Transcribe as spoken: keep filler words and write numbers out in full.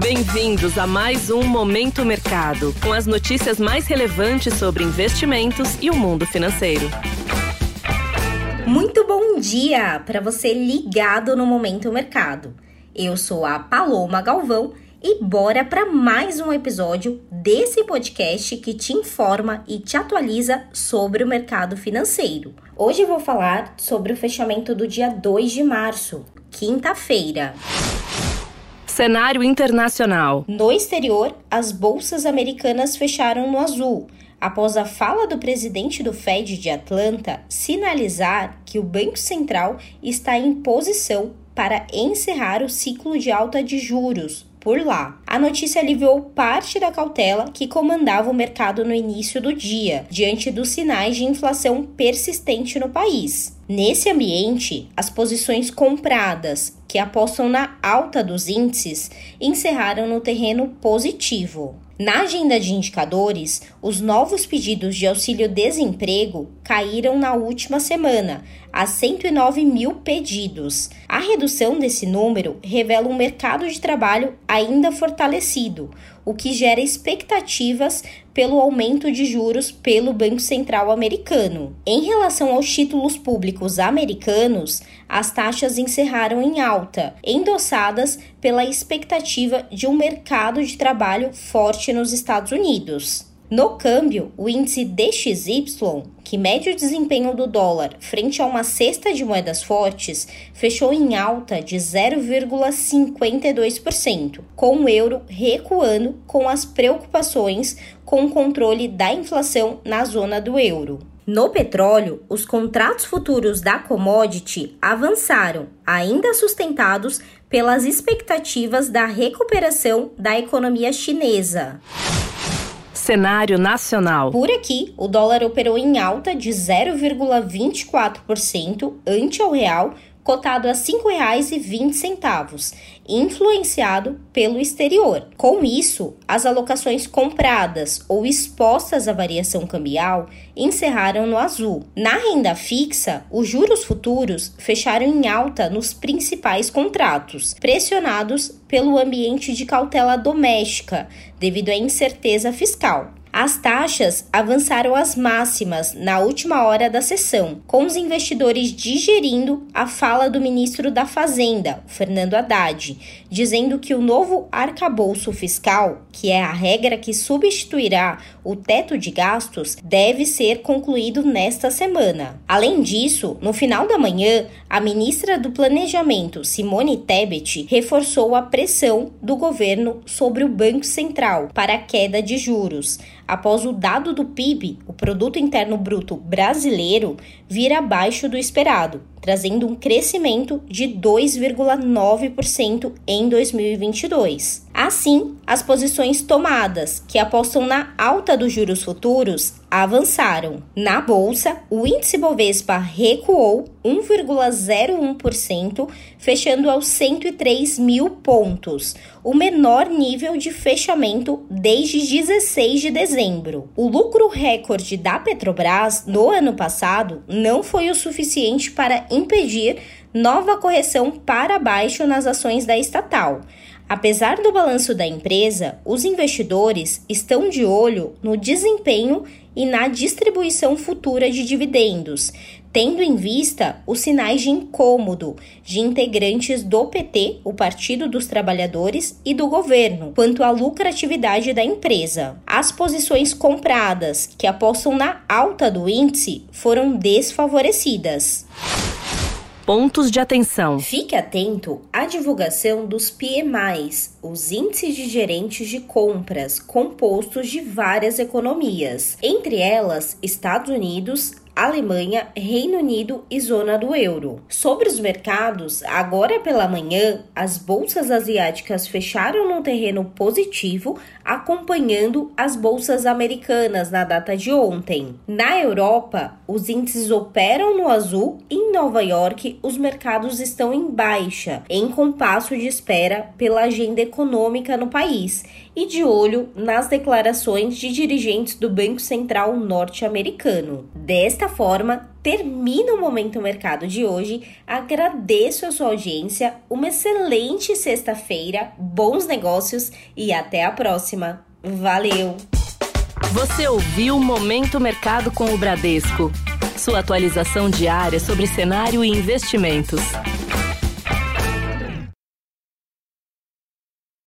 Bem-vindos a mais um Momento Mercado, com as notícias mais relevantes sobre investimentos e o mundo financeiro. Muito bom dia para você ligado no Momento Mercado. Eu sou a Paloma Galvão e bora para mais um episódio desse podcast que te informa e te atualiza sobre o mercado financeiro. Hoje eu vou falar sobre o fechamento do dia dois de março, quinta-feira. Cenário internacional. No exterior, as bolsas americanas fecharam no azul, após a fala do presidente do Fed de Atlanta sinalizar que o Banco Central está em posição para encerrar o ciclo de alta de juros por lá. A notícia aliviou parte da cautela que comandava o mercado no início do dia, diante dos sinais de inflação persistente no país. Nesse ambiente, as posições compradas, que apostam na alta dos índices, encerraram no terreno positivo. Na agenda de indicadores, os novos pedidos de auxílio-desemprego caíram na última semana, a cento e nove mil pedidos. A redução desse número revela um mercado de trabalho ainda fortalecido, o que gera expectativas pelo aumento de juros pelo Banco Central americano. Em relação aos títulos públicos americanos, as taxas encerraram em alta, endossadas pela expectativa de um mercado de trabalho forte nos Estados Unidos. No câmbio, o índice D X Y, que mede o desempenho do dólar frente a uma cesta de moedas fortes, fechou em alta de zero vírgula cinquenta e dois por cento, com o euro recuando com as preocupações com o controle da inflação na zona do euro. No petróleo, os contratos futuros da commodity avançaram, ainda sustentados pelas expectativas da recuperação da economia chinesa. Cenário nacional. Por aqui, o dólar operou em alta de zero vírgula vinte e quatro por cento ante ao real, cotado a cinco reais e vinte centavos, influenciado pelo exterior. Com isso, as alocações compradas ou expostas à variação cambial encerraram no azul. Na renda fixa, os juros futuros fecharam em alta nos principais contratos, pressionados pelo ambiente de cautela doméstica, devido à incerteza fiscal. As taxas avançaram às máximas na última hora da sessão, com os investidores digerindo a fala do ministro da Fazenda, Fernando Haddad, dizendo que o novo arcabouço fiscal, que é a regra que substituirá o teto de gastos, deve ser concluído nesta semana. Além disso, no final da manhã, a ministra do Planejamento, Simone Tebet, reforçou a pressão do governo sobre o Banco Central para a queda de juros, após o dado do P I B, o Produto Interno Bruto brasileiro, vir abaixo do esperado, trazendo um crescimento de dois vírgula nove por cento em dois mil e vinte e dois. Assim, as posições tomadas, que apostam na alta dos juros futuros, avançaram. Na bolsa, o índice Bovespa recuou um vírgula zero um por cento, fechando aos cento e três mil pontos, o menor nível de fechamento desde dezesseis de dezembro. O lucro recorde da Petrobras no ano passado não foi o suficiente para impedir nova correção para baixo nas ações da estatal. Apesar do balanço da empresa, os investidores estão de olho no desempenho e na distribuição futura de dividendos, tendo em vista os sinais de incômodo de integrantes do P T, o Partido dos Trabalhadores, e do governo, quanto à lucratividade da empresa. As posições compradas, que apostam na alta do índice, foram desfavorecidas. Pontos de atenção. Fique atento à divulgação dos P M Is, os índices de gerentes de compras, compostos de várias economias, entre elas Estados Unidos, Alemanha, Reino Unido e zona do euro. Sobre os mercados, agora pela manhã, as bolsas asiáticas fecharam no terreno positivo, acompanhando as bolsas americanas na data de ontem. Na Europa, os índices operam no azul e em Nova York os mercados estão em baixa, em compasso de espera pela agenda econômica no país e de olho nas declarações de dirigentes do Banco Central norte-americano. Desta forma, termina o Momento Mercado de hoje. Agradeço a sua audiência, uma excelente sexta-feira, bons negócios e até a próxima. Valeu! Você ouviu Momento Mercado com o Bradesco. Sua atualização diária sobre cenário e investimentos.